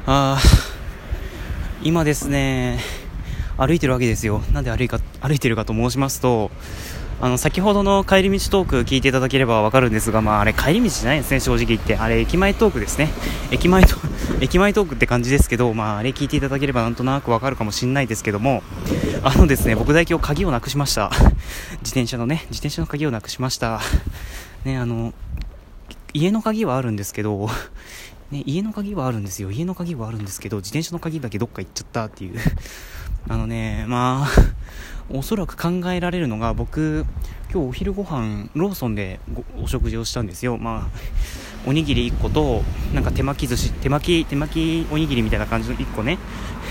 今ですね、歩いてるわけですよ。なんで歩いてるかと申しますと、先ほどの帰り道トーク聞いていただければわかるんですが、あれ帰り道じゃないですね、正直言って。あれ駅前トークですね。駅前トークって感じですけど、あれ聞いていただければなんとなくわかるかもしれないですけども、ですね、僕今日鍵をなくしました。自転車の鍵をなくしました。ね、家の鍵はあるんですけど、家の鍵はあるんですけど、自転車の鍵だけどっか行っちゃったっていう。おそらく考えられるのが、僕今日お昼ご飯ローソンでお食事をしたんですよ。おにぎり1個となんか手巻きおにぎりみたいな感じの1個ね、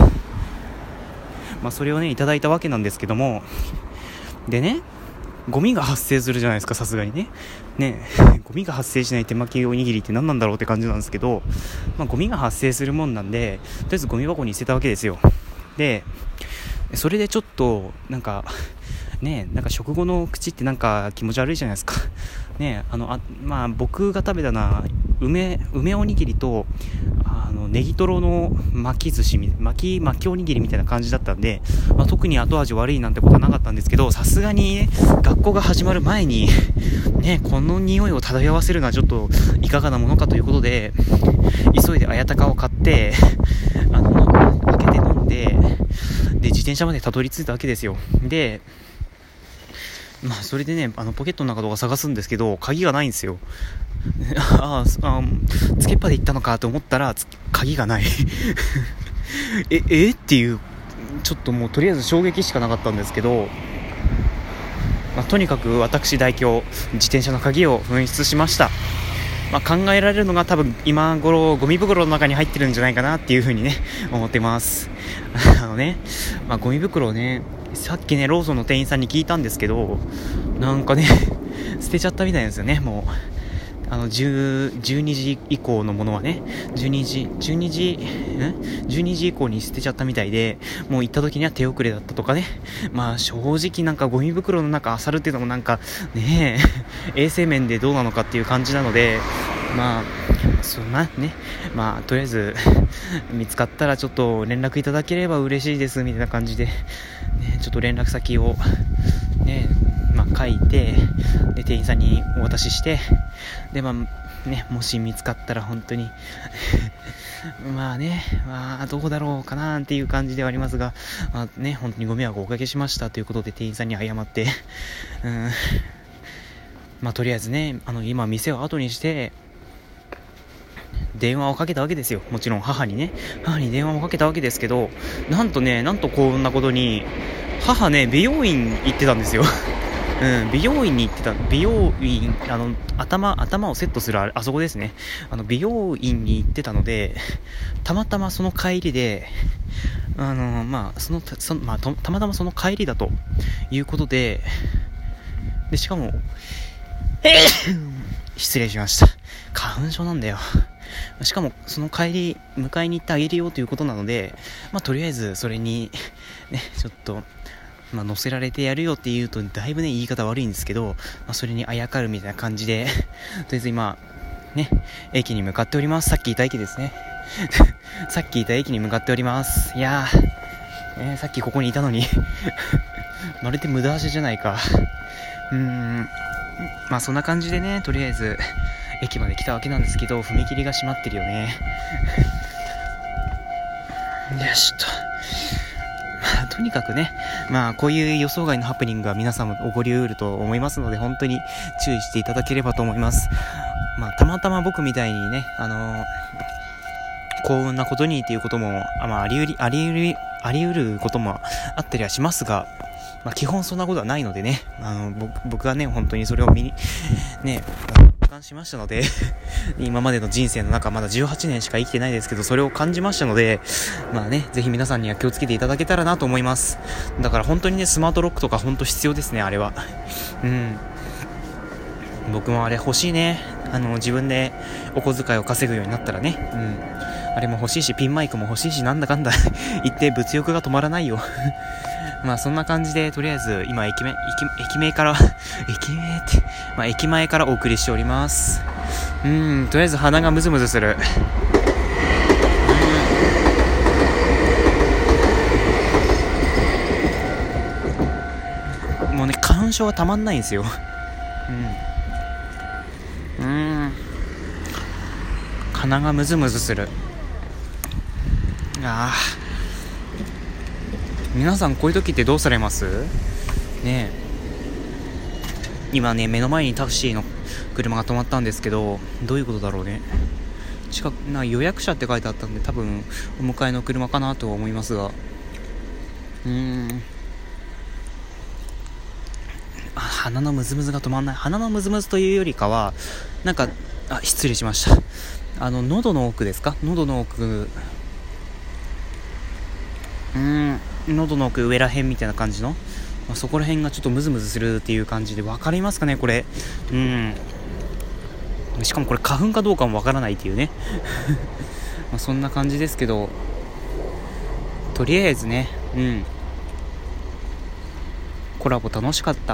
それをねいただいたわけなんですけども、でね、ゴミが発生するじゃないですか、さすがにね。ゴミが発生しない手巻きおにぎりって何なんだろうって感じなんですけど、ゴミが発生するもんなんで、とりあえずゴミ箱に捨てたわけですよ。で、それでちょっとなんか食後の口ってなんか気持ち悪いじゃないですか。僕が食べたのは梅おにぎりとネギトロの巻きおにぎりみたいな感じだったんで、特に後味悪いなんてことはなかったんですけど、さすがにね、学校が始まる前にこの匂いを漂わせるのはちょっといかがなものかということで、急いで綾鷹を買って開けて飲んで、自転車までたどり着いたわけですよ。で、それでね、ポケットの中とか探すんですけど、鍵がないんですよ。つけっぱで行ったのかと思ったら鍵がないっていう、ちょっともうとりあえず衝撃しかなかったんですけど、とにかく私代表、自転車の鍵を紛失しました。考えられるのが多分今頃ゴミ袋の中に入ってるんじゃないかなっていう風にね思ってます。ゴミ袋をね、さっきねローソンの店員さんに聞いたんですけど、なんかね捨てちゃったみたいなんですよね。もう12時以降のものはね、12時以降に捨てちゃったみたいで、もう行った時には手遅れだったとかね。正直なんかゴミ袋の中漁るっていうのもなんかね衛生面でどうなのかっていう感じなので、とりあえず見つかったらちょっと連絡いただければ嬉しいですみたいな感じで、ちょっと連絡先を書いて、で店員さんにお渡しして、でもし見つかったら本当にどうだろうかなっていう感じではありますが、本当にご迷惑をおかけしましたということで店員さんに謝ってとりあえずね、今店を後にして電話をかけたわけですよ。もちろん母に電話をかけたわけですけど、なんとこんなことに母ね、美容院行ってたんですよ美容院に行ってた。頭をセットするあそこですね。美容院に行ってたので、たまたまその帰りでたまたまその帰りだということで、しかも失礼しました。花粉症なんだよ。しかもその帰り迎えに行ってあげるよということなので、とりあえずそれにちょっと乗せられてやるよって言うとだいぶ言い方悪いんですけど、それにあやかるみたいな感じでとりあえず今駅に向かっております。さっきいた駅ですねさっきいた駅に向かっております。いやー、さっきここにいたのにまるで無駄足じゃないか。そんな感じでね、とりあえず駅まで来たわけなんですけど、踏切が閉まってるよねよしととにかくね、こういう予想外のハプニングが皆さんも起こりうると思いますので、本当に注意していただければと思います。たまたま僕みたいにね、幸運なことにっていうことも、あり得ることもあったりはしますが、基本そんなことはないのでね、僕はね、本当にそれを感しましたので今までの人生の中まだ18年しか生きてないですけど、それを感じましたので、ぜひ皆さんには気をつけていただけたらなと思います。だから本当にね、スマートロックとか本当必要ですね、あれは僕もあれ欲しいね。自分でお小遣いを稼ぐようになったらね、あれも欲しいし、ピンマイクも欲しいし、なんだかんだ言って物欲が止まらないよそんな感じで、とりあえず今駅前からお送りしております。とりあえず鼻がムズムズする。 花粉症はたまんないんですよ鼻がムズムズする。皆さんこういう時ってどうされますね。今ね、目の前にタクシーの車が止まったんですけど、どういうことだろうね。近く予約者って書いてあったんで、多分お迎えの車かなとは思いますが、鼻のムズムズが止まんない。鼻のムズムズというよりかは、失礼しました。喉の奥ですか？喉の奥上らへんみたいな感じの、そこら辺がちょっとムズムズするっていう感じで、分かりますかねこれ。しかもこれ花粉かどうかも分からないっていうねそんな感じですけど、とりあえずね、コラボ楽しかった。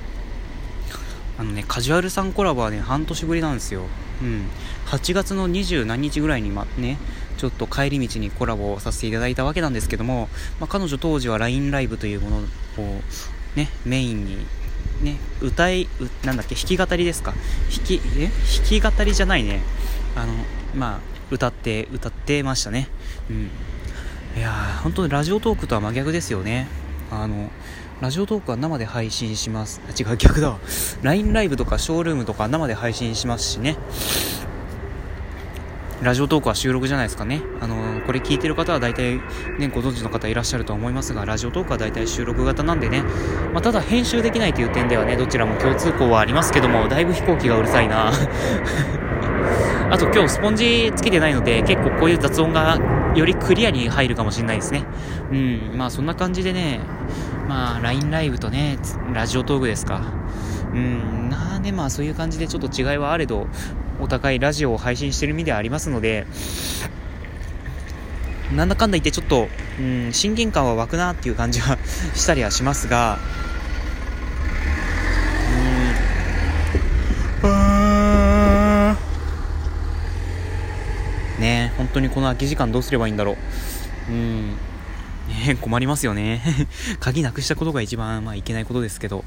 カジュアルさんコラボはね、半年ぶりなんですよ。8月の20何日ぐらいにちょっと帰り道にコラボをさせていただいたわけなんですけども、彼女当時は LINE ライブというものをね、メインにね、弾き語りですか。弾き語りじゃないね。歌ってましたね。いやー、本当にラジオトークとは真逆ですよね。ラジオトークは生で配信します。逆だ。LINE ライブとかショールームとか生で配信しますしね。ラジオトークは収録じゃないですかね。これ聞いてる方は大体ね、ご存知の方いらっしゃると思いますが、ラジオトークは大体収録型なんでね。ただ編集できないという点ではね、どちらも共通項はありますけども、だいぶ飛行機がうるさいなあと今日スポンジつけてないので、結構こういう雑音がよりクリアに入るかもしれないですね。そんな感じでね、LINE ライブとね、ラジオトークですか。そういう感じでちょっと違いはあれど、お互いラジオを配信してる身ではありますので、なんだかんだ言ってちょっと親近感は湧くなっていう感じはしたりはしますが、ね、本当にこの空き時間どうすればいいんだろう。困りますよね鍵なくしたことが一番いけないことですけど、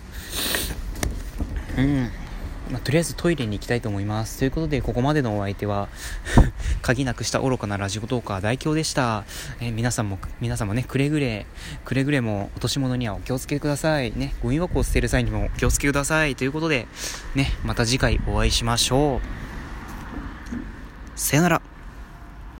とりあえずトイレに行きたいと思います。ということで、ここまでのお相手は鍵なくした愚かなラジオトーカー大京でした。皆さんもね、くれぐれも落とし物にはお気をつけくださいね。ゴミ箱を捨てる際にもお気をつけくださいということでね、また次回お会いしましょう。さよなら。